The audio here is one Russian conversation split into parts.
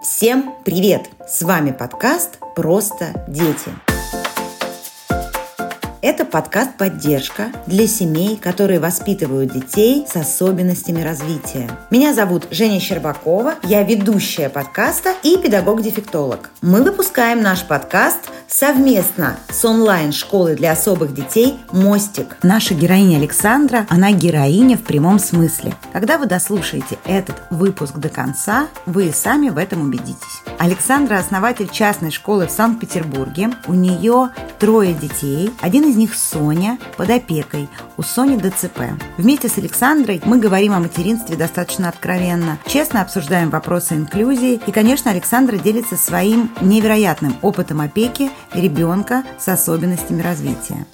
Всем привет! С вами подкаст «Просто дети». Это подкаст-поддержка для семей, которые воспитывают детей с особенностями развития. Меня зовут Женя Щербакова, я ведущая подкаста и педагог-дефектолог. Мы выпускаем наш подкаст совместно с онлайн-школой для особых детей «Мостик». Наша героиня Александра, она героиня в прямом смысле. Когда вы дослушаете этот выпуск до конца, вы и сами в этом убедитесь. Александра – основатель частной школы в Санкт-Петербурге. У нее 3 детей. Один из них Соня, под опекой. У Сони ДЦП. Вместе с Александрой мы говорим о материнстве достаточно откровенно, честно обсуждаем вопросы инклюзии. И, конечно, Александра делится своим невероятным опытом опеки ребенка с особенностями развития.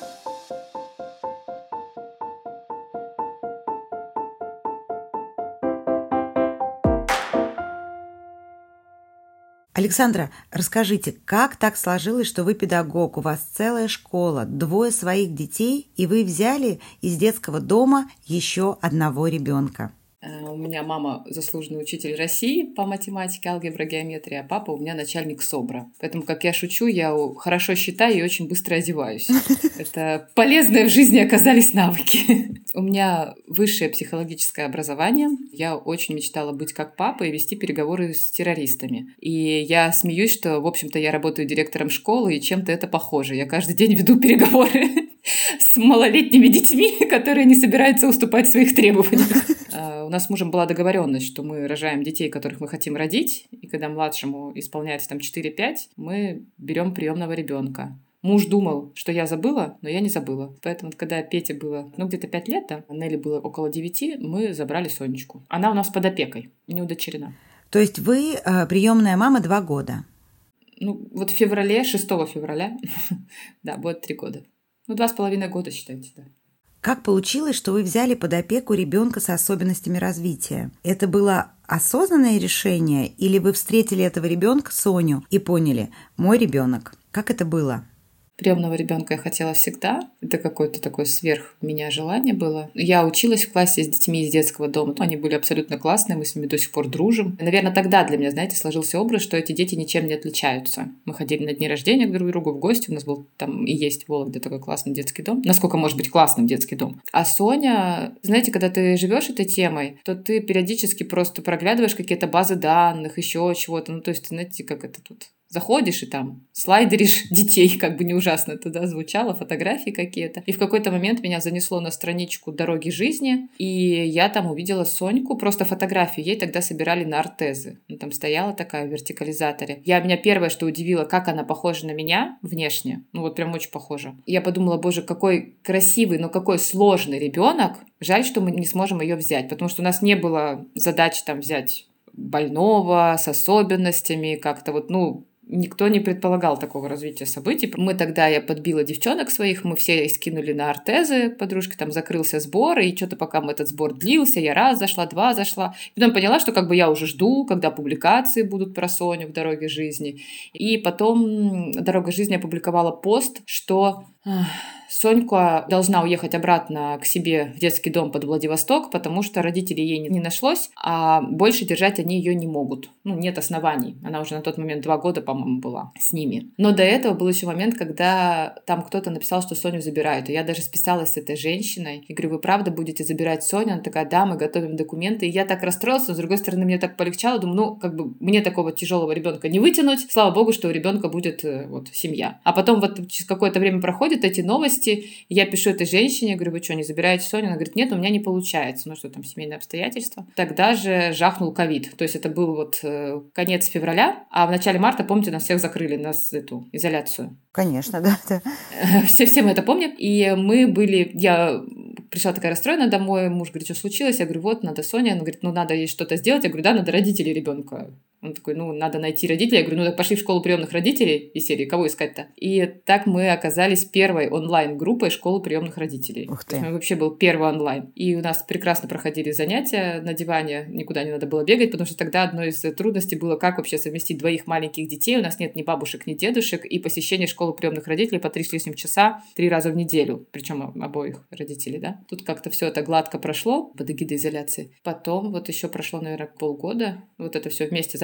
Александра, расскажите, как так сложилось, что вы педагог, у вас целая школа, 2 своих детей, и вы взяли из детского дома еще одного ребенка? У меня мама заслуженный учитель России по математике, алгебра, геометрии, а папа у меня начальник СОБРа. Поэтому, как я шучу, я хорошо считаю и очень быстро одеваюсь. Это полезные в жизни оказались навыки. У меня высшее психологическое образование. Я очень мечтала быть как папа и вести переговоры с террористами. И я смеюсь, что, в общем-то, я работаю директором школы, и чем-то это похоже. Я каждый день веду переговоры с малолетними детьми, которые не собираются уступать в своих требованиях. У нас с мужем была договоренность, что мы рожаем детей, которых мы хотим родить, и когда младшему исполняется 4-5, мы берем приемного ребенка. Муж думал, что я забыла, но я не забыла. Поэтому, когда Пете было, где-то 5 лет, да, Нелли было около 9, мы забрали Сонечку. Она у нас под опекой, не удочерена. То есть вы приемная мама 2 года? Вот в феврале, 6 февраля, да, будет 3 года. 2,5 года, считайте, да. Как получилось, что вы взяли под опеку ребенка с особенностями развития? Это было осознанное решение, или вы встретили этого ребенка, Соню, и поняли, мой ребенок? Как это было? Приемного ребенка я хотела всегда. Это какое-то такое сверх меня желание было. Я училась в классе с детьми из детского дома. Они были абсолютно классные, мы с ними до сих пор дружим. Наверное, тогда для меня, сложился образ, что эти дети ничем не отличаются. Мы ходили на дни рождения друг к другу в гости. У нас был там и есть в Вологде такой классный детский дом. Насколько может быть классным детский дом. А Соня, когда ты живешь этой темой, то ты периодически просто проглядываешь какие-то базы данных, еще чего-то. То есть, как это тут... Заходишь и там слайдеришь детей, как бы не ужасно это звучало, фотографии какие-то. И в какой-то момент меня занесло на страничку «Дороги жизни», и я там увидела Соньку, просто фотографию. Ей тогда собирали на ортезы. Там стояла такая в вертикализаторе. Меня первое, что удивило, как она похожа на меня внешне. Прям очень похожа. Я подумала, боже, какой красивый, но какой сложный ребенок. Жаль, что мы не сможем ее взять, потому что у нас не было задачи взять больного с особенностями, как-то никто не предполагал такого развития событий. Я подбила девчонок своих, мы все скинули на ортезы, подружки, закрылся сбор, и что-то пока этот сбор длился, я раз зашла, 2 зашла. И потом поняла, что я уже жду, когда публикации будут про Соню в «Дороге жизни». И потом «Дорога жизни» опубликовала пост, что... Сонька должна уехать обратно к себе в детский дом под Владивосток, потому что родителей ей не нашлось, а больше держать они ее не могут. Нет оснований. Она уже на тот момент 2 года, по-моему, была с ними. Но до этого был еще момент, когда там кто-то написал, что Соню забирают. И я даже списалась с этой женщиной. И говорю, вы правда будете забирать Соню? Она такая, да, мы готовим документы. И я так расстроилась, но с другой стороны, мне так полегчало. Думаю, мне такого тяжелого ребенка не вытянуть. Слава богу, что у ребенка будет семья. А потом через какое-то время проходят эти новости. Я пишу этой женщине, говорю, вы что, не забираете Соню? Она говорит, нет, у меня не получается. Что там, семейные обстоятельства. Тогда же жахнул ковид. То есть это был конец февраля, а в начале марта, помните, нас всех закрыли, нас эту изоляцию. Конечно, да. Все мы это помним. И я пришла такая расстроенная домой, муж говорит, что случилось? Я говорю, надо Соня. Он говорит, надо ей что-то сделать. Я говорю, да, надо родителей ребенка. Он такой, надо найти родителей. Я говорю, так пошли в школу приемных родителей из серии, кого искать-то? И так мы оказались первой онлайн-группой школы приемных родителей. Ух ты. Вообще был первый онлайн. И у нас прекрасно проходили занятия на диване, никуда не надо было бегать, потому что тогда одной из трудностей было, как вообще совместить 2 маленьких детей. У нас нет ни бабушек, ни дедушек, и посещение школы приемных родителей по 3 с лишним часа 3 раза в неделю, причем обоих родителей, да. Тут как-то все это гладко прошло под эгидой изоляции. Потом еще прошло, наверное, полгода, это все вместе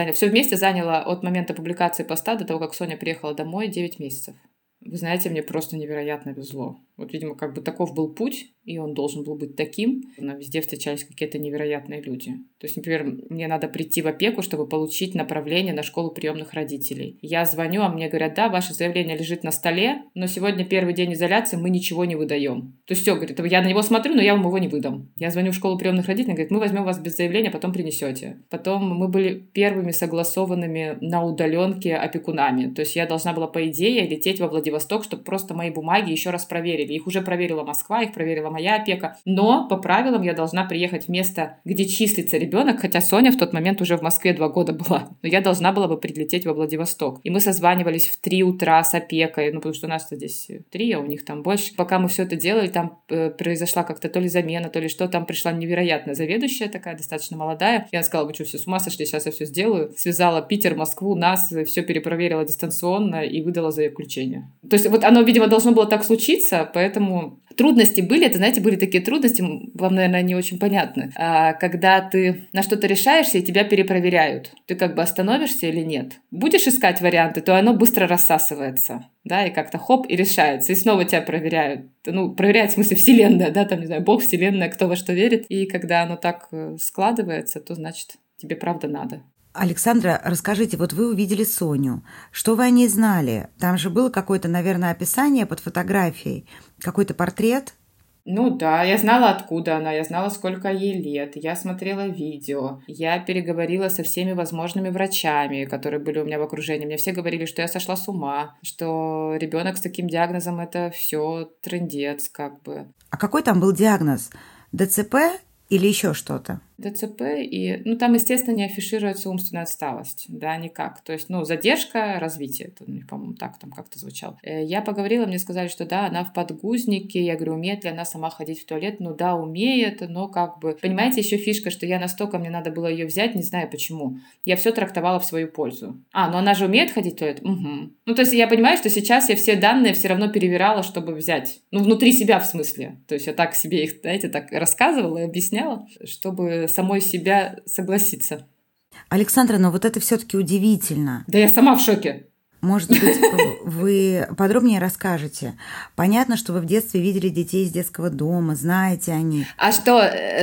Все вместе заняло от момента публикации поста до того, как Соня приехала домой, 9 месяцев. Вы знаете, мне просто невероятно везло. Вот, видимо, как бы таков был путь, и он должен был быть таким. Нам везде встречались какие-то невероятные люди. То есть, например, мне надо прийти в опеку, чтобы получить направление на школу приемных родителей. Я звоню, а мне говорят: да, ваше заявление лежит на столе, но сегодня первый день изоляции, мы ничего не выдаем. То есть все, говорит, я на него смотрю, но я вам его не выдам. Я звоню в школу приемных родителей, говорит: мы возьмем вас без заявления, потом принесете. Потом мы были первыми согласованными на удаленке опекунами. То есть я должна была, по идее, лететь во Владивосток, чтобы просто мои бумаги еще раз проверили. Их уже проверила Москва, их проверила моя опека. Но по правилам я должна приехать в место, где числится ребенок, хотя Соня в тот момент уже в Москве 2 года была. Но я должна была бы прилететь во Владивосток. И мы созванивались в 3 утра с опекой, потому что у нас здесь 3, а у них там больше. Пока мы все это делали, там произошла как-то то ли замена, то ли что. Там пришла невероятная заведующая такая, достаточно молодая. И она сказала: вы что, все с ума сошли, сейчас я все сделаю. Связала Питер, Москву, нас, все перепроверила дистанционно и выдала заключение. То есть вот оно, видимо, должно было так случиться, поэтому трудности были, это, знаете, были такие трудности, вам, наверное, не очень понятны, когда ты на что-то решаешься и тебя перепроверяют. Ты как бы остановишься или нет. Будешь искать варианты, то оно быстро рассасывается, да, и как-то хоп, и решается, и снова тебя проверяют. Ну, проверяет в смысле вселенная, да, там, не знаю, Бог, вселенная, кто во что верит. И когда оно так складывается, то, значит, тебе правда надо. Александра, расскажите, вот вы увидели Соню. Что вы о ней знали? Там же было какое-то, наверное, описание под фотографией, какой-то портрет? Ну да, я знала, откуда она, я знала, сколько ей лет, я смотрела видео, я переговорила со всеми возможными врачами, которые были у меня в окружении. Мне все говорили, что я сошла с ума, что ребенок с таким диагнозом — это все трындец, как бы. А какой там был диагноз? ДЦП или еще что-то? ДЦП, и, ну, там, естественно, не афишируется умственная отсталость, да, никак. То есть, ну, задержка развития, это, по-моему, так там как-то звучало. Я поговорила, мне сказали, что да, она в подгузнике, я говорю, умеет ли она сама ходить в туалет? Ну да, умеет, но как бы, понимаете, еще фишка, что я настолько, мне надо было ее взять, не знаю почему. Я все трактовала в свою пользу. Ну она же умеет ходить в туалет? Угу. Ну, то есть, я понимаю, что сейчас я все данные все равно перевирала, чтобы взять. Ну, внутри себя, в смысле. То есть, я так себе их, знаете, так рассказывала и объясняла, чтобы самой себя согласиться. Александра, но вот это все-таки удивительно. Да я сама в шоке. Может быть, вы подробнее расскажете? Понятно, что вы в детстве видели детей из детского дома, знаете о них. А что,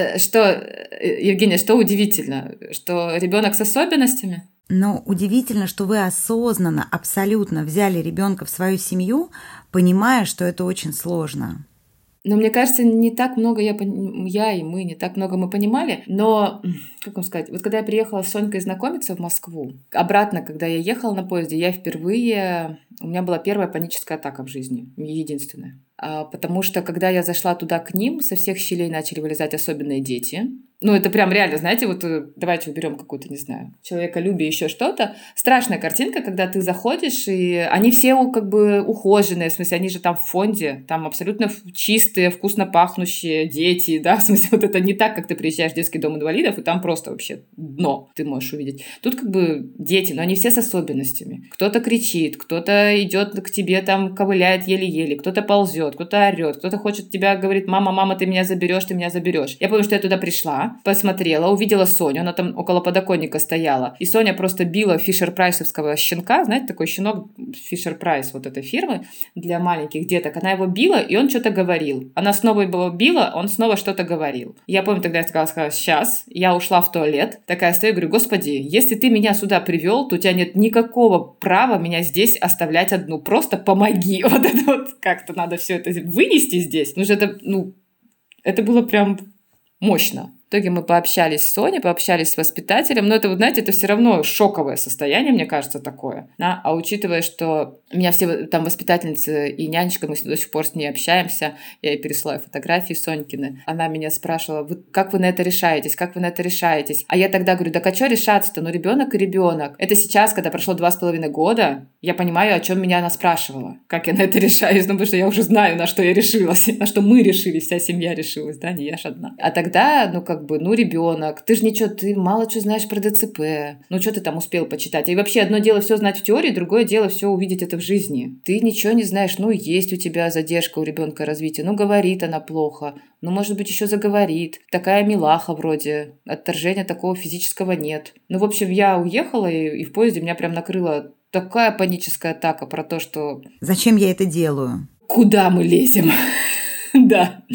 Евгения, что удивительно? Что ребенок с особенностями? Но удивительно, что вы осознанно, абсолютно взяли ребенка в свою семью, понимая, что это очень сложно. Но мне кажется, не так много я и мы не так много мы понимали. Но, как вам сказать, вот когда я приехала с Сонькой знакомиться в Москву, обратно, когда я ехала на поезде, у меня была первая паническая атака в жизни, единственная. Потому что, когда я зашла туда к ним, со всех щелей начали вылезать особенные дети. Ну, это прям реально, знаете, вот давайте уберем какую-то, не знаю, человеколюбие, еще что-то. Страшная картинка, когда ты заходишь, и они все как бы ухоженные, в смысле, они же там в фонде, там абсолютно чистые, вкусно пахнущие дети, да, в смысле, вот это не так, как ты приезжаешь в детский дом инвалидов, и там просто вообще дно ты можешь увидеть. Тут как бы дети, но они все с особенностями. Кто-то кричит, кто-то идет к тебе, там ковыляет еле-еле, кто-то ползет, кто-то орет, кто-то хочет тебя, говорит: мама, ты меня заберешь. Я помню, что я туда пришла, посмотрела, увидела Соню, она там около подоконника стояла, и Соня просто била фишер-прайсовского щенка, знаете, такой щенок Фишер-Прайс вот этой фирмы для маленьких деток, она его била, и он что-то говорил. Она снова его била, он снова что-то говорил. Я помню, тогда я сказала, сейчас, я ушла в туалет, такая стою, говорю: господи, если ты меня сюда привел, то у тебя нет никакого права меня здесь оставлять одну, просто помоги. Вот это вот как-то надо все это вынести здесь. Это было прям мощно. В итоге мы пообщались с Соней, пообщались с воспитателем, но это, вот знаете, это все равно шоковое состояние, мне кажется, такое. Да? А учитывая, что у меня все там воспитательницы и нянечка, мы до сих пор с ней общаемся, я ей пересылаю фотографии Сонькины, она меня спрашивала: как вы на это решаетесь, А я тогда говорю: а что решаться-то, ребенок и ребенок. Это сейчас, когда прошло 2,5 года, я понимаю, о чем меня она спрашивала, как я на это решаюсь, потому что я уже знаю, на что я решилась, на что мы решились, вся семья решилась, да, не я ж одна. А тогда, ребенок, ты мало что знаешь про ДЦП, что ты там успел почитать. И вообще одно дело все знать в теории, другое дело все увидеть это в жизни. Ты ничего не знаешь, есть у тебя задержка у ребенка развития, говорит она плохо, может быть, еще заговорит. Такая милаха вроде, отторжения такого физического нет. В общем, я уехала, и в поезде меня прям накрыла такая паническая атака про то, что... Зачем я это делаю? Куда мы лезем? Да.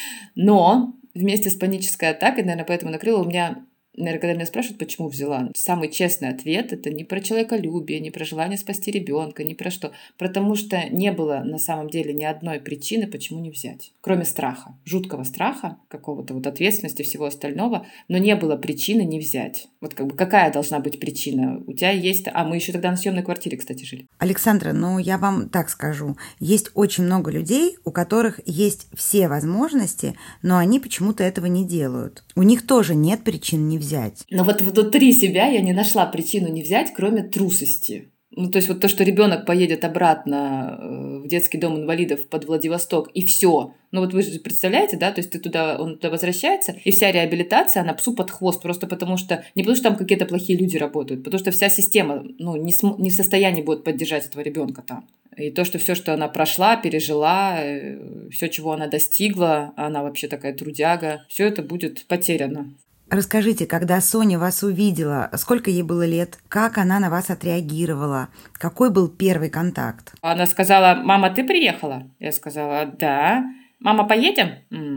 Но вместе с панической атакой, наверное, поэтому накрыло у меня... Наверное, когда меня спрашивают, почему взяла, самый честный ответ — это не про человеколюбие, не про желание спасти ребенка, не про что. Потому что не было на самом деле ни одной причины, почему не взять. Кроме страха, жуткого страха, какого-то ответственности, всего остального, но не было причины не взять. Какая должна быть причина? У тебя есть... мы еще тогда на съемной квартире, кстати, жили. Александра, я вам так скажу. Есть очень много людей, у которых есть все возможности, но они почему-то этого не делают. У них тоже нет причин не взять. Но внутри себя я не нашла причину не взять, кроме трусости. То есть то, что ребенок поедет обратно в детский дом инвалидов под Владивосток, и все. Вы же представляете, да? То есть он туда возвращается, и вся реабилитация, она псу под хвост, просто потому что... Не потому что там какие-то плохие люди работают, потому что вся система не в состоянии будет поддержать этого ребенка там. И то, что все, что она прошла, пережила, все, чего она достигла, она вообще такая трудяга, все это будет потеряно. Расскажите, когда Соня вас увидела, сколько ей было лет, как она на вас отреагировала, какой был первый контакт? Она сказала: «Мама, ты приехала?» Я сказала: «Да». «Мама, поедем?»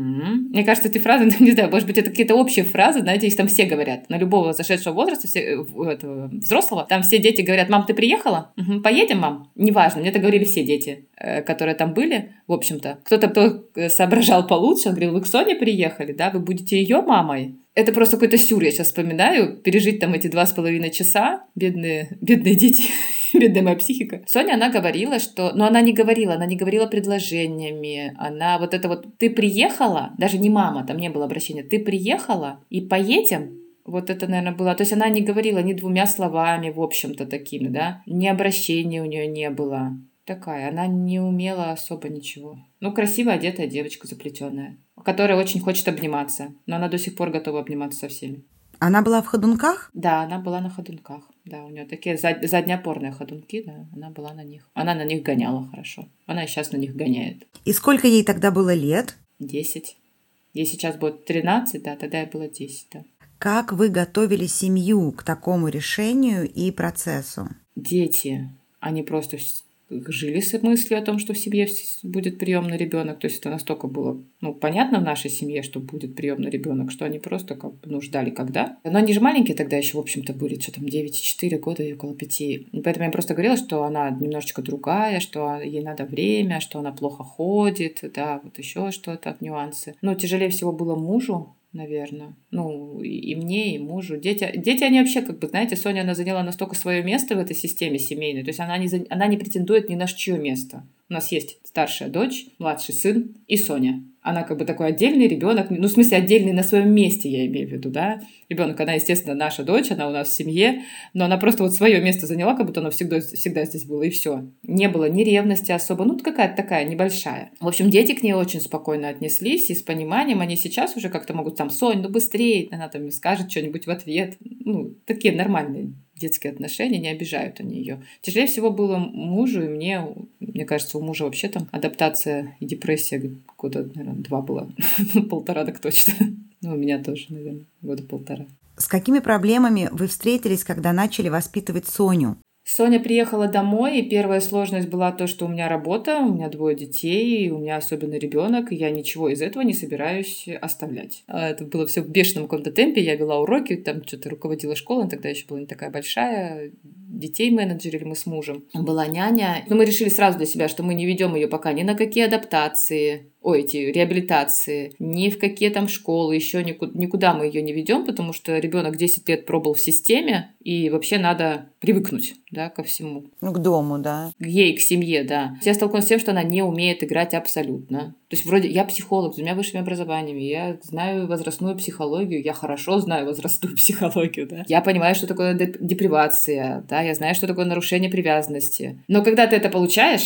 Мне кажется, эти фразы, не знаю, может быть, это какие-то общие фразы, знаете, их там все говорят. На любого зашедшего возраста, взрослого, там все дети говорят: «Мам, ты приехала?» «Поедем, мам?» Неважно, мне это говорили все дети, которые там были, в общем-то. Кто соображал получше, он говорил: «Вы к Соне приехали, да? Вы будете ее мамой?» Это просто какой-то сюр, я сейчас вспоминаю, пережить там эти 2,5 часа, бедные дети, бедная моя психика. Соня, она говорила, что... Но она не говорила предложениями, она «ты приехала», даже не мама, там не было обращения, «ты приехала и поедем?» Это, наверное, было... То есть она не говорила ни двумя словами, в общем-то, такими, да, ни обращения у нее не было. Такая, она не умела особо ничего. Красиво одетая девочка заплетенная, которая очень хочет обниматься, но она до сих пор готова обниматься со всеми. Она была в ходунках? Да, она была на ходунках. Да, у нее такие заднеопорные ходунки, да, она была на них. Она на них гоняла хорошо. Она и сейчас на них гоняет. И сколько ей тогда было лет? 10. Ей сейчас будет 13, да, тогда ей было 10, да. Как вы готовили семью к такому решению и процессу? Дети, они просто... жили с мыслью о том, что в семье будет приемный ребенок. То есть это настолько было понятно в нашей семье, что будет приемный ребенок, что они просто ждали когда. Но они же маленькие тогда еще, в общем-то, были, что там, 9,4 года и около 5. И поэтому я просто говорила, что она немножечко другая, что ей надо время, что она плохо ходит, да, еще что-то, нюансы. Но тяжелее всего было мужу, наверное. И мне, и мужу. Дети, они вообще, знаете, Соня, она заняла настолько свое место в этой системе семейной, то есть она не претендует ни на чье место. У нас есть старшая дочь, младший сын и Соня. Она такой отдельный ребенок, в смысле отдельный на своем месте, я имею в виду, да. Ребенок, она, естественно, наша дочь, она у нас в семье, но она просто свое место заняла, как будто она всегда здесь была, и все. Не было ни ревности особо, какая-то такая небольшая. В общем, дети к ней очень спокойно отнеслись и с пониманием. Они сейчас уже как-то могут там: «Сонь, быстрее», она там скажет что-нибудь в ответ. Такие нормальные детские отношения, не обижают они ее. Тяжелее всего было мужу и мне кажется, у мужа вообще там адаптация и депрессия года, наверное, 2 была. 1,5 так точно. У меня тоже, наверное, 1,5 года. С какими проблемами вы встретились, когда начали воспитывать Соню? Соня приехала домой, и первая сложность была то, что у меня работа, у меня 2 детей, у меня особенный ребенок, и я ничего из этого не собираюсь оставлять. Это было все в бешеном каком-то темпе, я вела уроки, там что-то руководила школой, тогда еще была не такая большая, детей менеджерили мы с мужем, была няня. Но мы решили сразу для себя, что мы не ведем ее пока ни на какие адаптации, реабилитации, ни в какие там школы, еще никуда мы ее не ведем, потому что ребенок 10 лет пробыл в системе, и вообще надо привыкнуть, да, ко всему. К дому, да. Ей, к семье, да. Я столкнулась с тем, что она не умеет играть абсолютно. То есть вроде я психолог с 2 высшими образованиями, я знаю возрастную психологию, я хорошо знаю возрастную психологию, да. Я понимаю, что такое депривация, да, я знаю, что такое нарушение привязанности. Но когда ты это получаешь,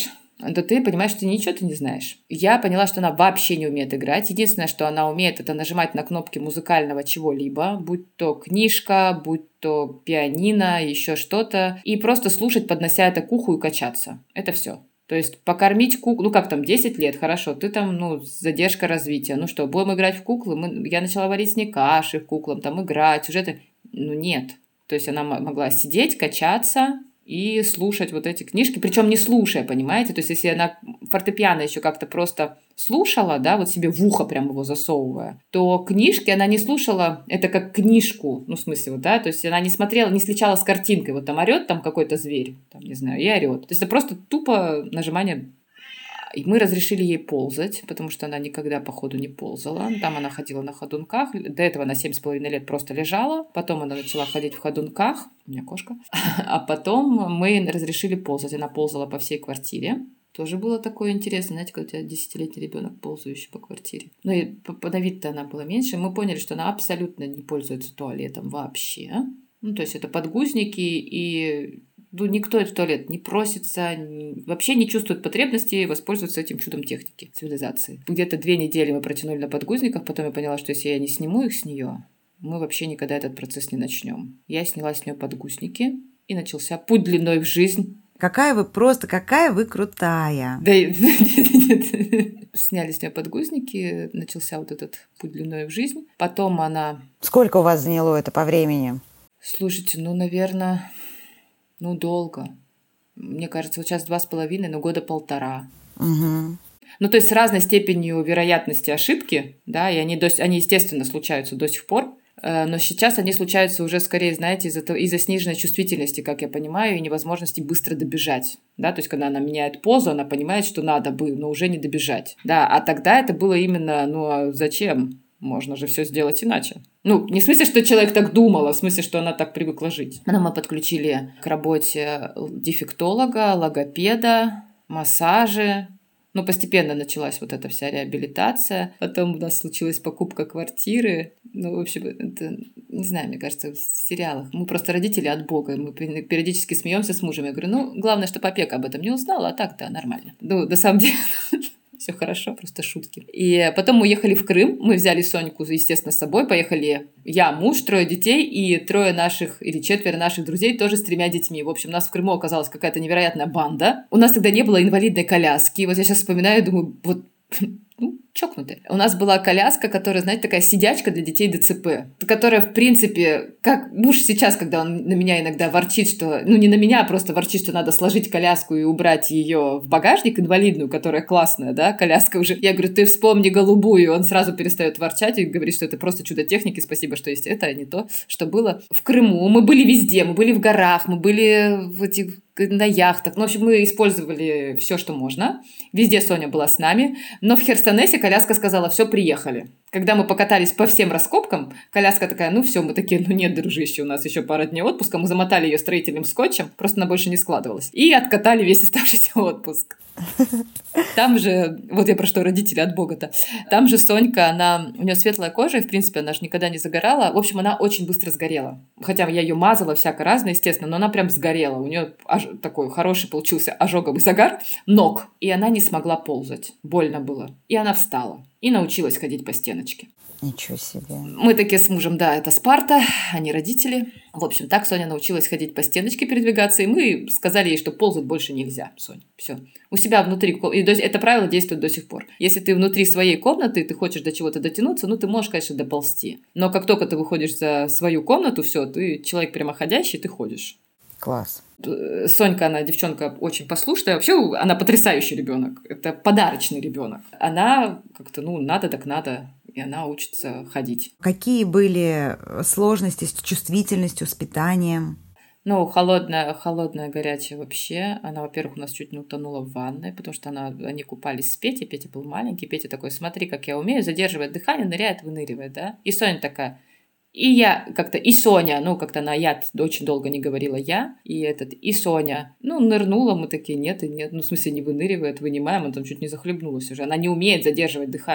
Да ты понимаешь, что ничего ты не знаешь. Я поняла, что она вообще не умеет играть. Единственное, что она умеет, это нажимать на кнопки музыкального чего-либо, будь то книжка, будь то пианино, еще что-то, и просто слушать, поднося это к уху и качаться. Это все. То есть покормить куклу, ну как там, 10 лет, хорошо, ты там, задержка развития. Ну что, будем играть в куклы? Я начала варить с ней каши в куклам, там играть, сюжеты. Нет. То есть она могла сидеть, качаться и слушать вот эти книжки, причем не слушая, понимаете? То есть если она фортепиано еще как-то просто слушала, да, вот себе в ухо прям его засовывая, то книжки она не слушала, это как книжку, в смысле, вот, да, то есть она не смотрела, не сличала с картинкой, вот там орет там какой-то зверь, там, не знаю, и орет. То есть это просто тупо нажимание. И мы разрешили ей ползать, потому что она никогда, походу, не ползала. Там она ходила на ходунках. До этого она 7,5 лет просто лежала. Потом она начала ходить в ходунках. У меня кошка. А потом мы разрешили ползать. Она ползала по всей квартире. Тоже было такое интересно, знаете, когда у тебя 10-летний ребенок, ползающий по квартире. Ну и на вид-то она была меньше. Мы поняли, что она абсолютно не пользуется туалетом вообще. Ну, то есть это подгузники и... никто в туалет не просится, вообще не чувствует потребности воспользоваться этим чудом техники, цивилизации. Где-то 2 недели мы протянули на подгузниках, потом я поняла, что если я не сниму их с нее, мы вообще никогда этот процесс не начнем. Я сняла с нее подгузники, и начался путь длиной в жизнь. Какая вы крутая. Да, нет. Сняли с нее подгузники, начался вот этот путь длиной в жизнь. Потом она... Сколько у вас заняло это по времени? Слушайте, наверное... долго. Мне кажется, вот сейчас 2,5, но 1.5 года. Угу. То есть с разной степенью вероятности ошибки, да, и они, естественно, случаются до сих пор, но сейчас они случаются уже скорее, знаете, из-за сниженной чувствительности, как я понимаю, и невозможности быстро добежать, да, то есть когда она меняет позу, она понимает, что надо бы, но уже не добежать, да, а тогда это было именно, а зачем? Можно же все сделать иначе. Не в смысле, что человек так думал, а в смысле, что она так привыкла жить. Мы подключили к работе дефектолога, логопеда, массажи. Постепенно началась вот эта вся реабилитация. Потом у нас случилась покупка квартиры. В общем, это, не знаю, мне кажется, в сериалах. Мы просто родители от Бога. Мы периодически смеемся с мужем. Я говорю, главное, чтобы опека об этом не узнала, а так-то нормально. На самом деле... Все хорошо, просто шутки. И потом мы уехали в Крым, мы взяли Соньку, естественно, с собой, поехали я, муж, 3 детей и 4 наших друзей тоже с 3 детьми. В общем, у нас в Крыму оказалась какая-то невероятная банда. У нас тогда не было инвалидной коляски. Вот я сейчас вспоминаю, думаю, чокнутые. У нас была коляска, которая, знаете, такая сидячка для детей ДЦП, которая, в принципе, как муж сейчас, когда он на меня иногда ворчит, что, не на меня, а просто ворчит, что надо сложить коляску и убрать ее в багажник инвалидную, которая классная, да, коляска уже. Я говорю, ты вспомни голубую. Он сразу перестает ворчать и говорит, что это просто чудо техники, спасибо, что есть это, а не то, что было в Крыму. Мы были везде, мы были в горах, мы были на яхтах. В общем, мы использовали все, что можно. Везде Соня была с нами. Но в Херсонесе коляска сказала, все, приехали. Когда мы покатались по всем раскопкам, коляска такая, все, мы такие, нет, дружище, у нас еще пара дней отпуска. Мы замотали ее строительным скотчем, просто она больше не складывалась. И откатали весь оставшийся отпуск. Там же, вот я про что, родители от Бога-то. Там же Сонька, у нее светлая кожа, и, в принципе, она же никогда не загорала. В общем, она очень быстро сгорела. Хотя я ее мазала всяко разное, естественно, но она прям сгорела. У нее такой хороший получился ожоговый загар ног. И она не смогла ползать. Больно было. И она встала. И научилась ходить по стеночке. Ничего себе. Мы такие с мужем, да, это Спарта, они родители. В общем, так Соня научилась ходить по стеночке, передвигаться, и мы сказали ей, что ползать больше нельзя, Соня. Все. У себя внутри, и это правило действует до сих пор. Если ты внутри своей комнаты, ты хочешь до чего-то дотянуться, ты можешь, конечно, доползти. Но как только ты выходишь за свою комнату, все, ты человек прямоходящий, ты ходишь. Класс. Сонька, она девчонка очень послушная. Вообще, она потрясающий ребенок. Это подарочный ребенок. Она как-то, надо так надо. И она учится ходить. Какие были сложности с чувствительностью, с питанием? Холодная, горячая вообще. Она, во-первых, у нас чуть не утонула в ванной, потому что они купались с Петей. Петя был маленький. Петя такой, смотри, как я умею, задерживает дыхание, ныряет, выныривает, да? И Соня такая... И Соня, как-то я очень долго не говорила и Соня, нырнула, мы такие, нет, в смысле не выныривает, вынимаем, она там чуть не захлебнулась уже, она не умеет задерживать дыхание.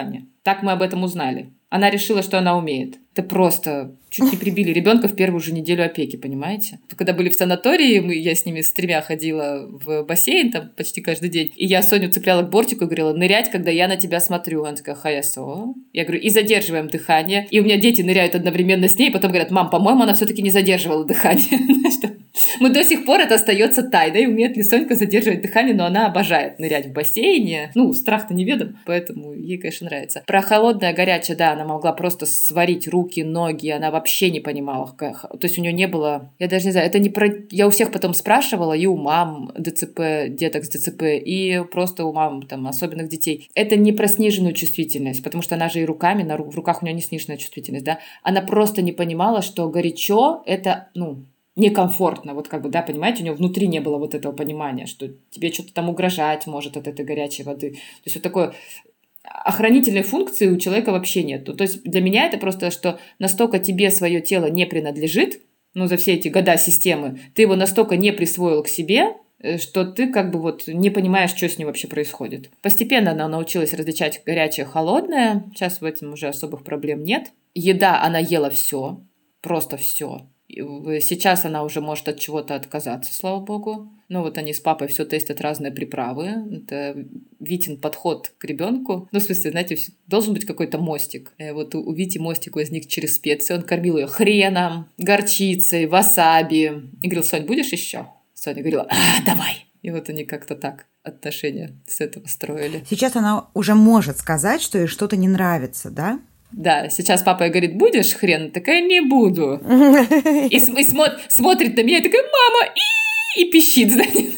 Так мы об этом узнали. Она решила, что она умеет. Это просто чуть не прибили ребенка в первую же неделю опеки, понимаете? Когда были в санатории, я с ними с 3 ходила в бассейн там почти каждый день, и я Соню цепляла к бортику и говорила: нырять, когда я на тебя смотрю. Она такая: хаясо. Я говорю: и задерживаем дыхание. И у меня дети ныряют одновременно с ней, потом говорят: мам, по-моему, она все-таки не задерживала дыхание. Мы до сих пор это остается тайной, умеет ли Сонька задерживать дыхание, но она обожает нырять в бассейне. Страх-то неведом, поэтому ей, конечно, нравится. Про холодное, горячее, да, она могла просто сварить руки, ноги, она вообще не понимала. То есть у нее не было... Я даже не знаю, это не про... Я у всех потом спрашивала, и у мам ДЦП, деток с ДЦП, и просто у мам там особенных детей. Это не про сниженную чувствительность, потому что она же и руками, в руках у нее не сниженная чувствительность, да. Она просто не понимала, что горячо — это, некомфортно, понимаете, у нее внутри не было вот этого понимания, что тебе что-то там угрожать может от этой горячей воды. То есть вот такое охранительной функции у человека вообще нет. То есть для меня это просто, что настолько тебе свое тело не принадлежит, за все эти года системы, ты его настолько не присвоил к себе, что ты не понимаешь, что с ним вообще происходит. Постепенно она научилась различать горячее, холодное. Сейчас в этом уже особых проблем нет. Еда, она ела все, просто все. Сейчас она уже может от чего-то отказаться, слава богу. Они с папой все тестят, разные приправы. Это Витин подход к ребенку. В смысле, знаете, должен быть какой-то мостик. У Вити мостик возник через специи. Он кормил ее хреном, горчицей, васаби. И говорил: Сонь, будешь еще? Соня говорила: давай. И они как-то так отношения с этого строили. Сейчас она уже может сказать, что ей что-то не нравится, да? Да, сейчас папа ей говорит: будешь хрен? Такая: не буду. И смотрит на меня и такая: мама, и пищит, знаете.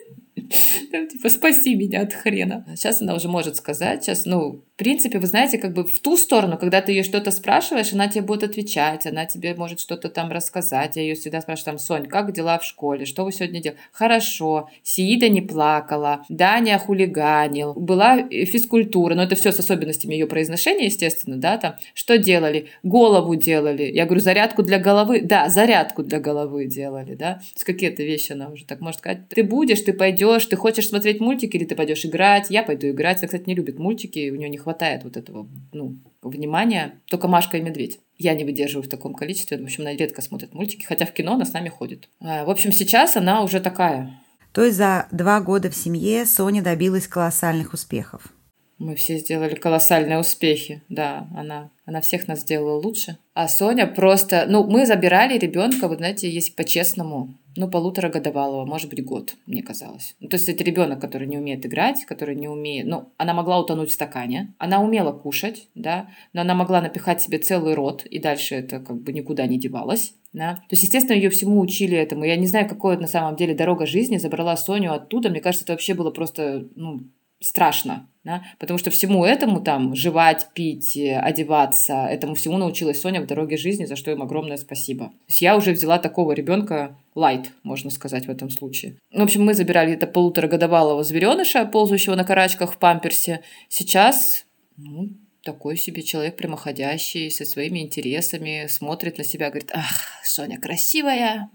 Спаси меня от хрена. Сейчас она уже может сказать. Сейчас, в принципе, вы знаете, в ту сторону, когда ты ее что-то спрашиваешь, она тебе будет отвечать, она тебе может что-то там рассказать. Я ее всегда спрашиваю: Сонь, как дела в школе? Что вы сегодня делали? Хорошо. Сиида не плакала, Даня хулиганил, была физкультура, но это все с особенностями ее произношения, естественно, да, там. Что делали? Голову делали. Я говорю: зарядку для головы? Да, зарядку для головы делали, да. То есть какие-то вещи она уже так может сказать. Ты будешь, ты пойдешь, ты хочешь смотреть мультики или ты пойдешь играть? Я пойду играть. Она, кстати, не любит мультики, у нее не хватает вот этого, внимания. Только Машка и Медведь. Я не выдерживаю в таком количестве. В общем, она редко смотрит мультики, хотя в кино она с нами ходит. В общем, сейчас она уже такая. То есть за 2 года в семье Соня добилась колоссальных успехов. Мы все сделали колоссальные успехи. Да, она всех нас сделала лучше. А Соня просто... мы забирали ребенка, знаете, если по-честному, 1,5-годовалого, может быть, год, мне казалось. То есть это ребенок, который не умеет играть, который не умеет... она могла утонуть в стакане, она умела кушать, да, но она могла напихать себе целый рот, и дальше это никуда не девалось. Да. То есть, естественно, ее всему учили этому. Я не знаю, какой на самом деле дорога жизни забрала Соню оттуда. Мне кажется, это вообще было просто... страшно, да? Потому что всему этому жевать, пить, одеваться, этому всему научилась Соня в дороге жизни, за что им огромное спасибо. То есть я уже взяла такого ребенка лайт, можно сказать, в этом случае. В общем, мы забирали это 1,5-годовалого звереныша, ползающего на карачках в памперсе. Сейчас, такой себе человек прямоходящий, со своими интересами, смотрит на себя, говорит: ах, Соня красивая.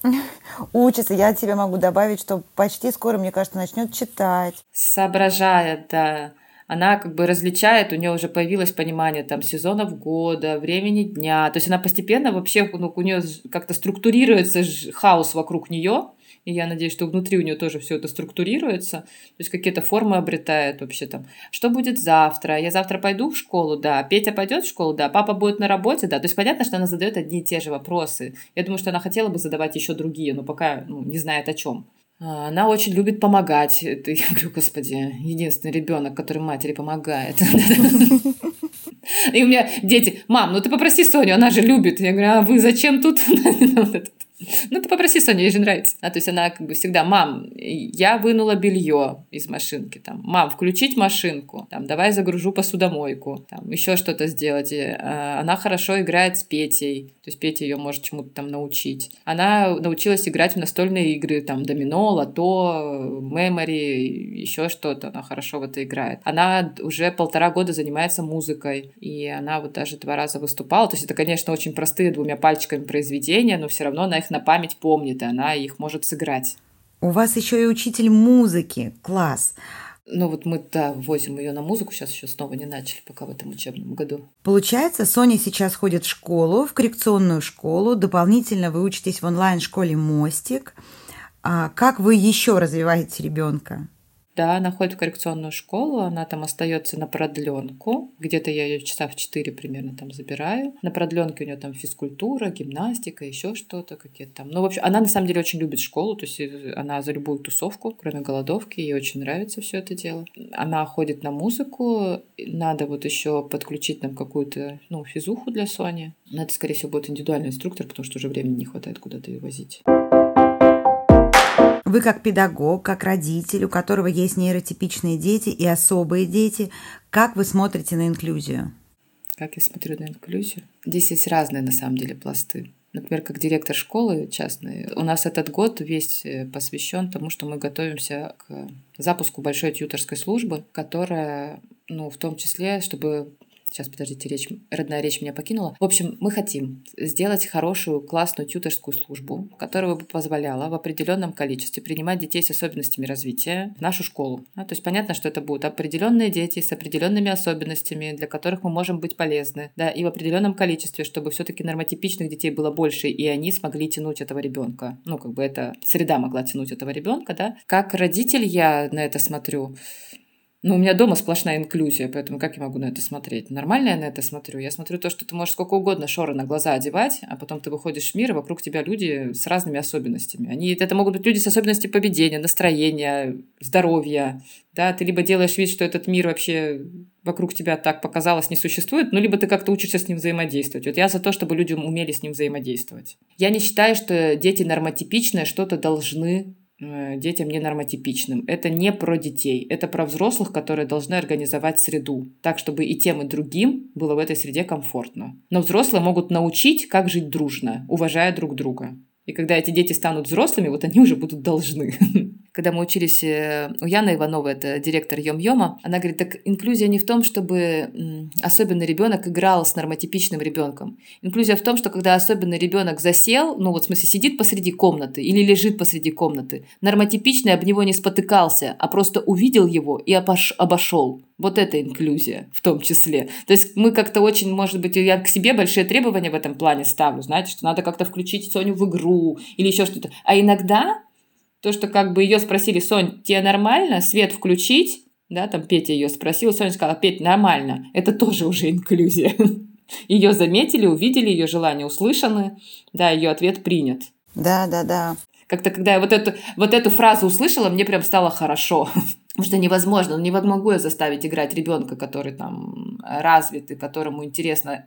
Учится. Я тебе могу добавить, что почти скоро, мне кажется, начнет читать. Соображает, да. Она различает, у нее уже появилось понимание сезонов года, времени дня. То есть она постепенно вообще, у нее как-то структурируется хаос вокруг нее. И я надеюсь, что внутри у нее тоже все это структурируется. То есть какие-то формы обретает вообще там. Что будет завтра? Я завтра пойду в школу? Да. Петя пойдет в школу? Да. Папа будет на работе? Да. То есть понятно, что она задает одни и те же вопросы. Я думаю, что она хотела бы задавать еще другие, но пока не знает о чем. Она очень любит помогать. Это, я говорю: господи, единственный ребенок, который матери помогает. И у меня дети: мам, ты попроси Соню, она же любит. Я говорю: а вы зачем тут? Ты попроси Соню, ей же нравится. То есть она всегда: мам, я вынула белье из машинки. Мам, включить машинку. Давай загружу посудомойку. Еще что-то сделать. Она хорошо играет с Петей. То есть Петя ее может чему-то научить. Она научилась играть в настольные игры. Домино, лото, мемори, еще что-то. Она хорошо в это играет. Она уже 1,5 года занимается музыкой. И она даже 2 раза выступала. То есть это, конечно, очень простые 2 пальчиками произведения, но все равно она их на память помнит, и она их может сыграть. У вас еще и учитель музыки. Класс. Вот мы, да, возим ее на музыку, сейчас еще снова не начали, пока в этом учебном году. Получается, Соня сейчас ходит в школу, в коррекционную школу, дополнительно вы учитесь в онлайн-школе «Мостик». Как вы еще развиваете ребенка? Да, она ходит в коррекционную школу, она там остается на продленку. Где-то я ее часа в 4 примерно там забираю. На продленке у нее там физкультура, гимнастика, еще что-то какие-то там. В общем, она на самом деле очень любит школу, то есть она за любую тусовку, кроме голодовки, ей очень нравится все это дело. Она ходит на музыку, надо еще подключить нам какую-то, физуху для Сони. Но это, скорее всего, будет индивидуальный инструктор, потому что уже времени не хватает куда-то ее возить. Вы как педагог, как родитель, у которого есть нейротипичные дети и особые дети, как вы смотрите на инклюзию? Как я смотрю на инклюзию? Здесь есть разные, на самом деле, пласты. Например, как директор школы частной, у нас этот год весь посвящен тому, что мы готовимся к запуску большой тьюторской службы, которая, в том числе, чтобы... Сейчас, подождите, родная речь меня покинула. В общем, мы хотим сделать хорошую, классную тьюторскую службу, которая бы позволяла в определенном количестве принимать детей с особенностями развития в нашу школу. То есть понятно, что это будут определенные дети с определенными особенностями, для которых мы можем быть полезны. Да, и в определенном количестве, чтобы все-таки нормотипичных детей было больше, и они смогли тянуть этого ребенка. Эта среда могла тянуть этого ребенка, да. Как родитель я на это смотрю. У меня дома сплошная инклюзия, поэтому как я могу на это смотреть? Нормально я на это смотрю? Я смотрю то, что ты можешь сколько угодно шоры на глаза одевать, а потом ты выходишь в мир, и вокруг тебя люди с разными особенностями. Это могут быть люди с особенностями поведения, настроения, здоровья. Да? Ты либо делаешь вид, что этот мир вообще вокруг тебя так показалось не существует, либо ты как-то учишься с ним взаимодействовать. Я за то, чтобы люди умели с ним взаимодействовать. Я не считаю, что дети нормотипичные что-то должны детям ненормотипичным. Это не про детей, это про взрослых, которые должны организовать среду, так, чтобы и тем, и другим было в этой среде комфортно. Но взрослые могут научить, как жить дружно, уважая друг друга. И когда эти дети станут взрослыми, они уже будут должны. Когда мы учились у Яны Ивановой, это директор Йом-Йома, она говорит, так инклюзия не в том, чтобы особенный ребенок играл с нормотипичным ребенком. Инклюзия в том, что когда особенный ребенок засел, в смысле сидит посреди комнаты или лежит посреди комнаты, нормотипичный об него не спотыкался, а просто увидел его и обошел. Вот это инклюзия в том числе. То есть мы как-то очень, может быть, я к себе большие требования в этом плане ставлю, знаете, что надо как-то включить Соню в игру или еще что-то. А иногда то, что ее спросили, Сонь, тебе нормально свет включить? Да, там Петя ее спросил, Соня сказала, Петь, нормально. Это тоже уже инклюзия. Ее заметили, увидели, ее желания услышаны, да, ее ответ принят. Да. Как-то, когда я вот эту фразу услышала, мне прям стало хорошо. Потому что невозможно, не могу я заставить играть ребенка, который там развит и которому интересно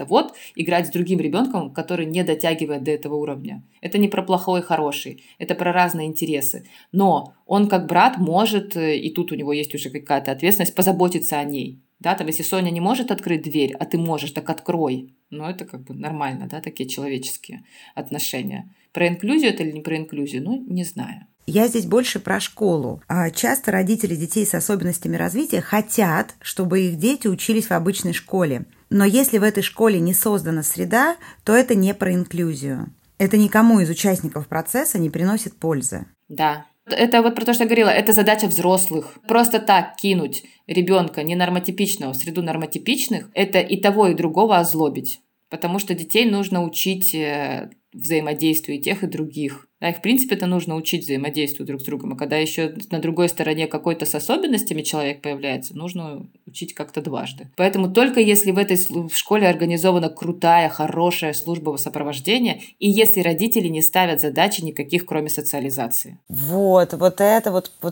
играть с другим ребенком, который не дотягивает до этого уровня. Это не про плохой и хороший, это про разные интересы. Но он как брат может, и тут у него есть уже какая-то ответственность, позаботиться о ней. Да, если Соня не может открыть дверь, а ты можешь, так открой. Это нормально, да, такие человеческие отношения. Про инклюзию это или не про инклюзию, не знаю. Я здесь больше про школу. Часто родители детей с особенностями развития хотят, чтобы их дети учились в обычной школе. Но если в этой школе не создана среда, то это не про инклюзию. Это никому из участников процесса не приносит пользы. Да. Это про то, что я говорила, это задача взрослых. Просто так кинуть ребенка ненормотипичного в среду нормотипичных, это и того, и другого озлобить. Потому что детей нужно учить взаимодействию и тех, и других. Да, их, в принципе, это нужно учить взаимодействию друг с другом. А когда еще на другой стороне какой-то с особенностями человек появляется, нужно учить как-то дважды. Поэтому только если в этой школе организована крутая, хорошая служба сопровождения, и если родители не ставят задачи никаких, кроме социализации. Вот это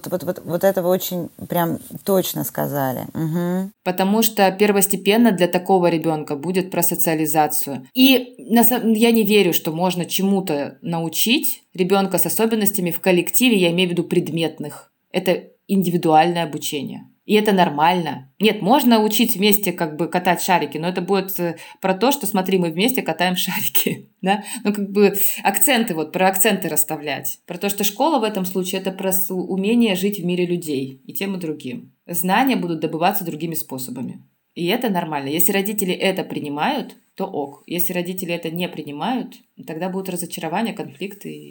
вы очень прям точно сказали. Угу. Потому что первостепенно для такого ребенка будет про социализацию. И я не верю, что можно чему-то научить ребенка с особенностями в коллективе, я имею в виду предметных. Это индивидуальное обучение. И это нормально. Нет, можно учить вместе катать шарики, но это будет про то, что, смотри, мы вместе катаем шарики. Да? Акценты, про акценты расставлять. Про то, что школа в этом случае это про умение жить в мире людей и тем, и другим. Знания будут добываться другими способами. И это нормально. Если родители это принимают, то ок. Если родители это не принимают, тогда будут разочарования, конфликты,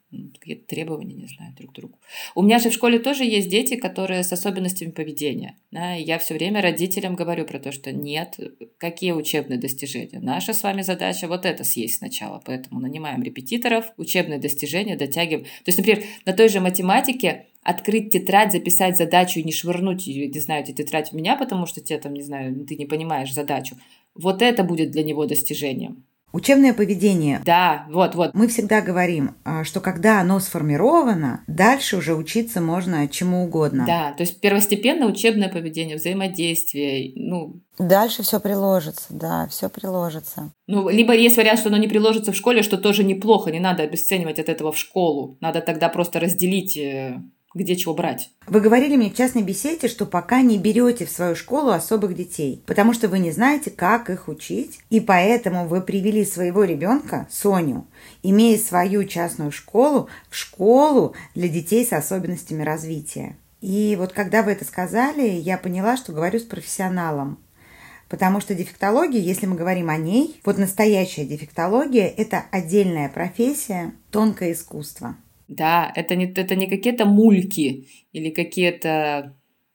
какие-то требования, не знаю, друг к другу. У меня же в школе тоже есть дети, которые с особенностями поведения. Да, и я все время родителям говорю про то, что нет, какие учебные достижения. Наша с вами задача вот это съесть сначала, поэтому нанимаем репетиторов, учебные достижения дотягиваем. То есть, например, на той же математике открыть тетрадь, записать задачу и не швырнуть ее, не знаю, эту тетрадь в меня, потому что тебе там, не знаю, ты не понимаешь задачу. Вот это будет для него достижением. Учебное поведение. Да, вот. Мы всегда говорим, что когда оно сформировано, дальше уже учиться можно чему угодно. Да, то есть первостепенно учебное поведение, взаимодействие, Дальше все приложится, да, все приложится. Либо есть вариант, что оно не приложится в школе, что тоже неплохо, не надо обесценивать от этого в школу. Надо тогда просто разделить, где чего брать. Вы говорили мне в частной беседе, что пока не берете в свою школу особых детей, потому что вы не знаете, как их учить, и поэтому вы привели своего ребенка, Соню, имея свою частную школу, в школу для детей с особенностями развития. И вот когда вы это сказали, я поняла, что говорю с профессионалом. Потому что дефектология, если мы говорим о ней, вот настоящая дефектология – это отдельная профессия, тонкое искусство. Да, это не какие-то мульки или какие-то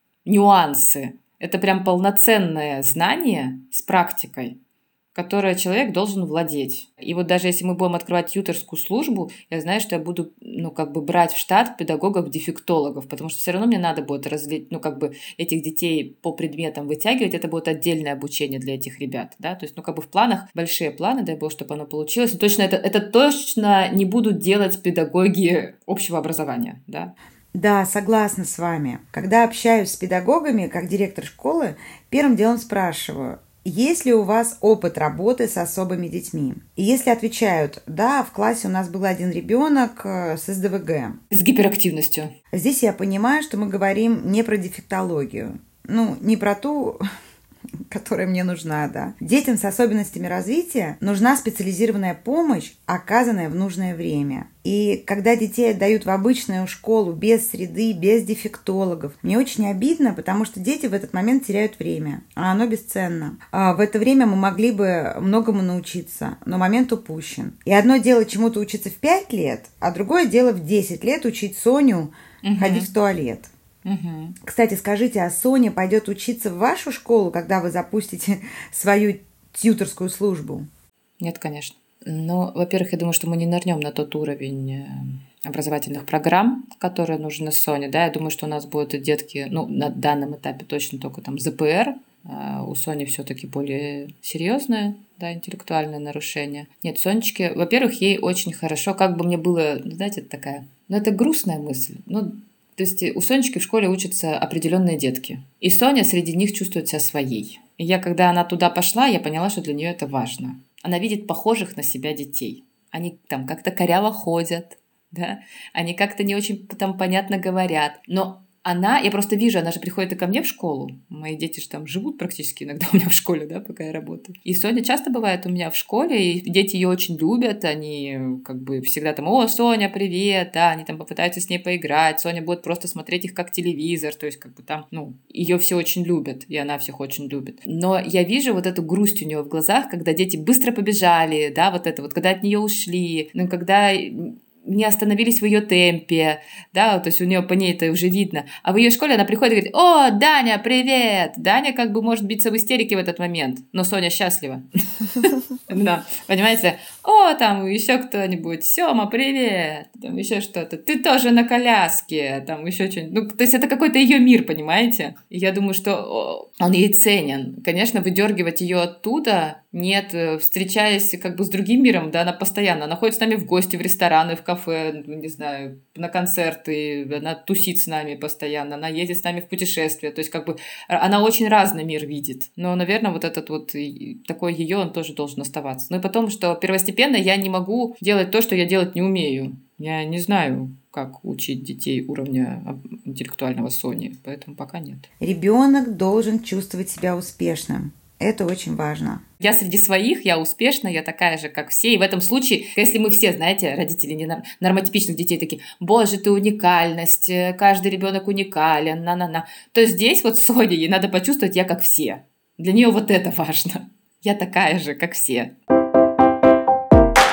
нюансы. Это прям полноценное знание с практикой, которое человек должен владеть. И вот даже если мы будем открывать тьюторскую службу, я знаю, что я буду, брать в штат педагогов-дефектологов, потому что все равно мне надо будет этих детей по предметам вытягивать, это будет отдельное обучение для этих ребят, да, то есть, в планах, большие планы, дай бог, чтобы оно получилось, точно это точно не будут делать педагоги общего образования, да. Да, согласна с вами. Когда общаюсь с педагогами, как директор школы, первым делом спрашиваю, есть ли у вас опыт работы с особыми детьми? И если отвечают, да, в классе у нас был один ребенок с СДВГ. С гиперактивностью. Здесь я понимаю, что мы говорим не про дефектологию. Не про ту, которая мне нужна, да. Детям с особенностями развития нужна специализированная помощь, оказанная в нужное время. И когда детей отдают в обычную школу без среды, без дефектологов, мне очень обидно, потому что дети в этот момент теряют время, а оно бесценно. В это время мы могли бы многому научиться, но момент упущен. И одно дело чему-то учиться в 5 лет, а другое дело в 10 лет учить Соню ходить в туалет. Угу. Кстати, скажите, а Соня пойдет учиться в вашу школу, когда вы запустите свою тьюторскую службу? Нет, конечно. Во-первых, я думаю, что мы не нырнем на тот уровень образовательных программ, которые нужны Соне. Да? Я думаю, что у нас будут детки, на данном этапе точно только там ЗПР. У Сони все-таки более серьезное, да, интеллектуальное нарушение. Нет, Сонечке, во-первых, ей очень хорошо, как бы мне было, знаете, это такая, это грустная мысль. То есть у Сонечки в школе учатся определенные детки. И Соня среди них чувствует себя своей. И когда она туда пошла, я поняла, что для нее это важно. Она видит похожих на себя детей. Они там как-то коряво ходят, да? Они как-то не очень там понятно говорят. Но я просто вижу, она же приходит и ко мне в школу. Мои дети же там живут практически иногда у меня в школе, да, пока я работаю. И Соня часто бывает у меня в школе, и дети ее очень любят, они всегда там, о, Соня, привет, да, они там попытаются с ней поиграть, Соня будет просто смотреть их как телевизор, то есть там, ее все очень любят, и она всех очень любит. Но я вижу вот эту грусть у нее в глазах, когда дети быстро побежали, да, когда от нее ушли, когда не остановились в ее темпе, да, то есть у нее по ней это уже видно. А в ее школе она приходит и говорит: «О, Даня, привет!» Даня может биться в истерике в этот момент, но Соня счастлива. Понимаете? «О, там еще кто-нибудь, Сема, привет!» Там еще что-то. «Ты тоже на коляске!» Там еще что-нибудь. То есть это какой-то ее мир, понимаете? И я думаю, что он ей ценен. Конечно, выдергивать ее оттуда нет, встречаясь с другим миром, да, она ходит с нами в гости, в рестораны, в кафе, не знаю, на концерты, она тусит с нами постоянно, она ездит с нами в путешествия, то есть она очень разный мир видит. Но, наверное, вот этот такой ее, он тоже должен оставаться. Ну и потом, что первостепенно я не могу делать то, что я делать не умею. Я не знаю, как учить детей уровня интеллектуального Сони, поэтому пока нет. Ребенок должен чувствовать себя успешным. Это очень важно. Я среди своих, я успешна, я такая же, как все. И в этом случае, если мы все, знаете, родители нормотипичных детей такие: «Боже, ты уникальность, каждый ребенок уникален, то здесь Соне, ей надо почувствовать, я как все. Для нее это важно. Я такая же, как все.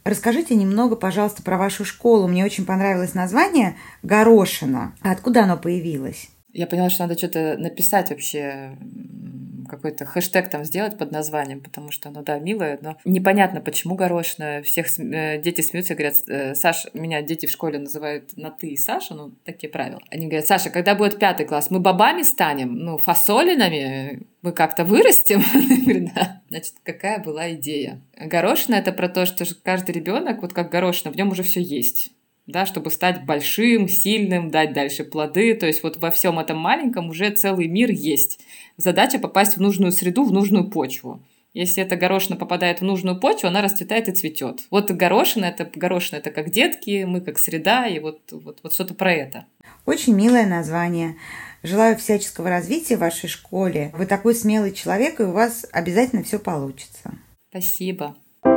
Расскажите немного, пожалуйста, про вашу школу. Мне очень понравилось название «Горошина». А откуда оно появилось? Я поняла, что надо что-то написать вообще, какой-то хэштег там сделать под названием, потому что оно, да, милое, но непонятно, почему горошина. Дети смеются и говорят: Саш, меня дети в школе называют на «ты» и Саша, ну, такие правила. Они говорят: Саша, когда будет 5 класс, мы бобами станем, ну, фасолинами, мы как-то вырастем? Я говорю: да. Значит, какая была идея? Горошина — это про то, что каждый ребенок, вот как горошина, в нем уже все есть. Да, чтобы стать большим, сильным, дать дальше плоды. То есть вот во всем этом маленьком уже целый мир есть. Задача — попасть в нужную среду, в нужную почву. Если эта горошина попадает в нужную почву, она расцветает и цветет. Вот горошина это как детки, мы как среда, и вот что-то про это. Очень милое название. Желаю всяческого развития в вашей школе. Вы такой смелый человек, и у вас обязательно все получится. Спасибо.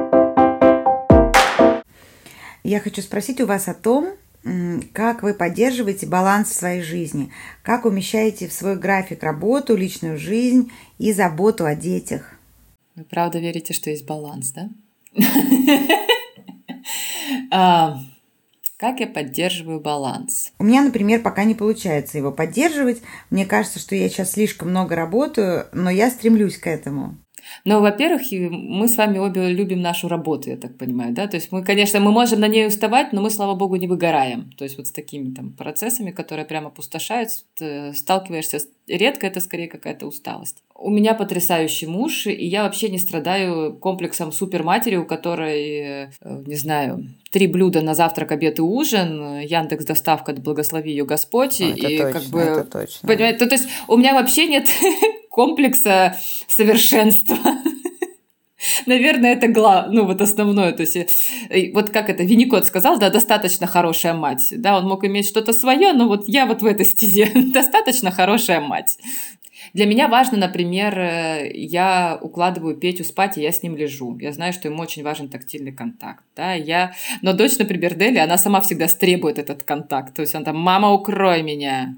Я хочу спросить у вас о том, как вы поддерживаете баланс в своей жизни, как умещаете в свой график работу, личную жизнь и заботу о детях. Вы правда верите, что есть баланс, да? Как я поддерживаю баланс? У меня, например, пока не получается его поддерживать. Мне кажется, что я сейчас слишком много работаю, но я стремлюсь к этому. Ну, во-первых, мы с вами обе любим нашу работу, я так понимаю, да? То есть мы, конечно, мы можем на ней уставать, но мы, слава богу, не выгораем. То есть вот с такими там процессами, которые прямо опустошают, сталкиваешься редко, это скорее какая-то усталость. У меня потрясающий муж, и я вообще не страдаю комплексом суперматери, у которой, не знаю, 3 блюда на завтрак, обед и ужин, Яндекс доставка, благослови ее Господь. Это и точно, как бы, это точно. Понимаете, то есть у меня вообще нет комплекса совершенства. Наверное, это основное. То есть, вот как это Винникот сказал, да, достаточно хорошая мать. Да, он мог иметь что-то свое, но вот я вот в этой стезе достаточно хорошая мать. Для меня важно, например, я укладываю Петю спать, и я с ним лежу. Я знаю, что ему очень важен тактильный контакт. Да? Но дочь, например, Дели, она сама всегда требует этот контакт. То есть она там: мама, укрой меня,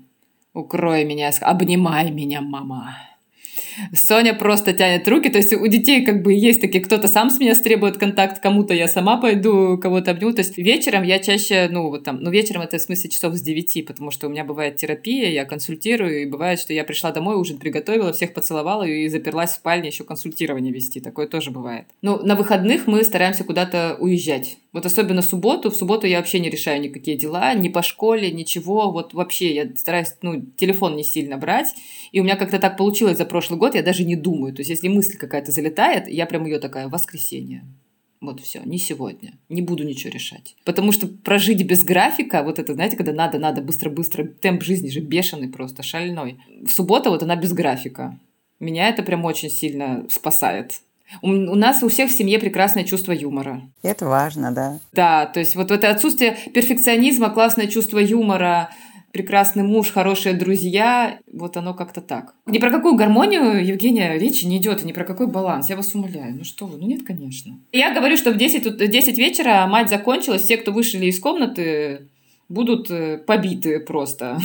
обнимай меня, мама. Соня просто тянет руки, то есть у детей как бы есть такие, кто-то сам с меня требует контакт, кому-то я сама пойду, кого-то обниму. То есть вечером я чаще, вечером это в смысле часов с 9, потому что у меня бывает терапия, я консультирую, и бывает, что я пришла домой, ужин приготовила, всех поцеловала и заперлась в спальне еще консультирование вести. Такое тоже бывает. На выходных мы стараемся куда-то уезжать. Вот особенно в субботу я вообще не решаю никакие дела, ни по школе, ничего. Вот вообще я стараюсь, телефон не сильно брать. И у меня как-то так получилось за прошлый год, я даже не думаю. То есть если мысль какая-то залетает, я прям ее такая: воскресенье. Вот все, не сегодня. Не буду ничего решать. Потому что прожить без графика, вот это, знаете, когда надо быстро-быстро, темп жизни же бешеный просто, шальной. В субботу вот она без графика. Меня это прям очень сильно спасает. У нас у всех в семье прекрасное чувство юмора. Это важно, да. Да, то есть вот это отсутствие перфекционизма, классное чувство юмора, прекрасный муж, хорошие друзья, вот оно как-то так. Ни про какую гармонию, Евгения, речи не идет, и ни про какой баланс, я вас умоляю. Ну что вы, нет, конечно. Я говорю, что в 10 вечера мать закончилась, все, кто вышли из комнаты, будут побиты просто.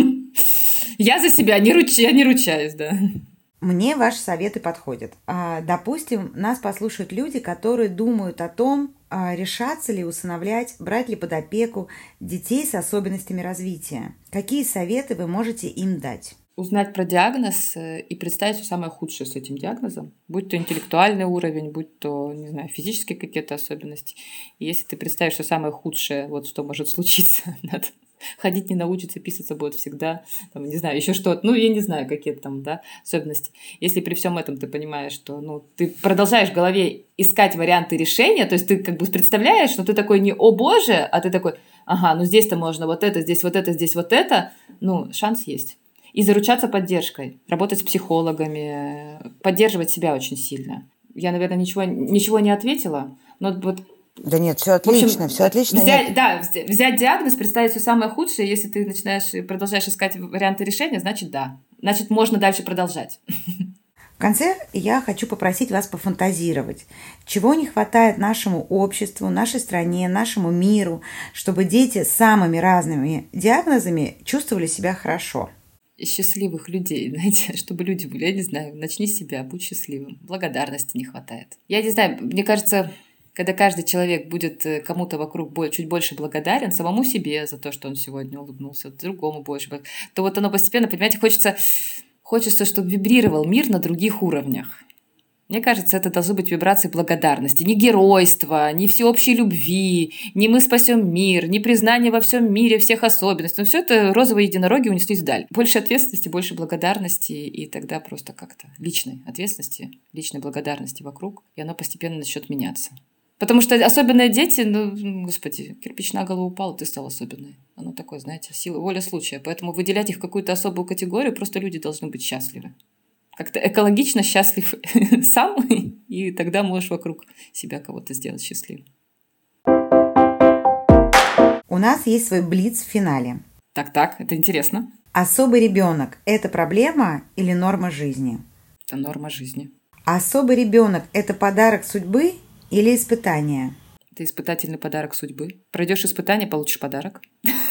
Я за себя не ручаюсь, да. Мне ваши советы подходят. Допустим, нас послушают люди, которые думают о том, решаться ли усыновлять, брать ли под опеку детей с особенностями развития. Какие советы вы можете им дать? Узнать про диагноз и представить все самое худшее с этим диагнозом. Будь то интеллектуальный уровень, будь то, не знаю, физические какие-то особенности. И если ты представишь все самое худшее, вот что может случиться, надо ходить не научится, писаться будет всегда, там, не знаю, еще что-то, я не знаю, какие там, да, особенности. Если при всем этом ты понимаешь, что, ты продолжаешь в голове искать варианты решения, то есть ты как бы представляешь, что ты такой не «О боже», а ты такой: ага, здесь-то можно вот это, здесь вот это, шанс есть. И заручаться поддержкой, работать с психологами, поддерживать себя очень сильно. Я, наверное, ничего не ответила, но вот. Да нет, все отлично, все отлично. Взять диагноз, представить все самое худшее, если ты продолжаешь искать варианты решения, значит, да. Значит, можно дальше продолжать. В конце я хочу попросить вас пофантазировать. Чего не хватает нашему обществу, нашей стране, нашему миру, чтобы дети с самыми разными диагнозами чувствовали себя хорошо? Счастливых людей, знаете, чтобы люди были, я не знаю, начни с себя, будь счастливым. Благодарности не хватает. Я не знаю, мне кажется, Когда каждый человек будет кому-то вокруг чуть больше благодарен, самому себе за то, что он сегодня улыбнулся, другому больше, то вот оно постепенно, понимаете, хочется, чтобы вибрировал мир на других уровнях. Мне кажется, это должны быть вибрации благодарности. Не геройства, не всеобщей любви, не мы спасем мир, не признание во всем мире всех особенностей. Но все это розовые единороги унеслись вдаль. Больше ответственности, больше благодарности, и тогда просто как-то личной ответственности, личной благодарности вокруг, и оно постепенно начнет меняться. Потому что особенные дети, господи, кирпич на голову упал, ты стал особенной. Оно такое, знаете, сила, воля случая. Поэтому выделять их в какую-то особую категорию, просто люди должны быть счастливы. Как-то экологично счастлив сам, и тогда можешь вокруг себя кого-то сделать счастливым. У нас есть свой блиц в финале. Так, это интересно. Особый ребенок – это проблема или норма жизни? Это норма жизни. Особый ребенок – это подарок судьбы или испытание? Это испытательный подарок судьбы. Пройдешь испытание, получишь подарок.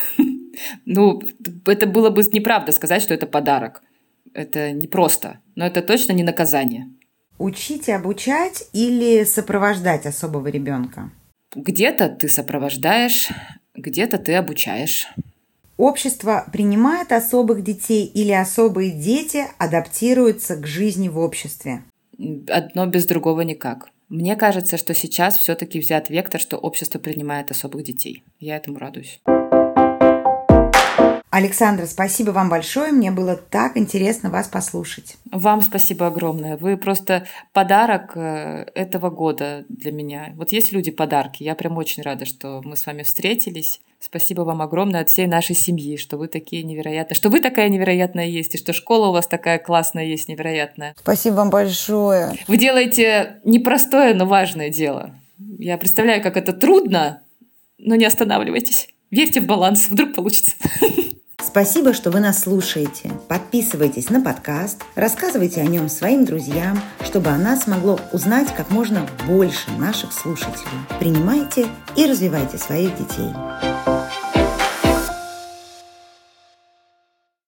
Это было бы неправда сказать, что это подарок. Это непросто, но это точно не наказание. Учить и обучать или сопровождать особого ребенка? Где-то ты сопровождаешь, где-то ты обучаешь. Общество принимает особых детей или особые дети адаптируются к жизни в обществе? Одно без другого никак. Мне кажется, что сейчас все-таки взят вектор, что общество принимает особых детей. Я этому радуюсь. Александра, спасибо вам большое. Мне было так интересно вас послушать. Вам спасибо огромное. Вы просто подарок этого года для меня. Вот есть люди-подарки. Я прям очень рада, что мы с вами встретились. Спасибо вам огромное от всей нашей семьи, что вы такие невероятные, что вы такая невероятная есть, и что школа у вас такая классная есть, невероятная. Спасибо вам большое. Вы делаете непростое, но важное дело. Я представляю, как это трудно, но не останавливайтесь. Верьте в баланс, вдруг получится. Спасибо, что вы нас слушаете. Подписывайтесь на подкаст, рассказывайте о нем своим друзьям, чтобы о нас могло узнать как можно больше наших слушателей. Принимайте и развивайте своих детей.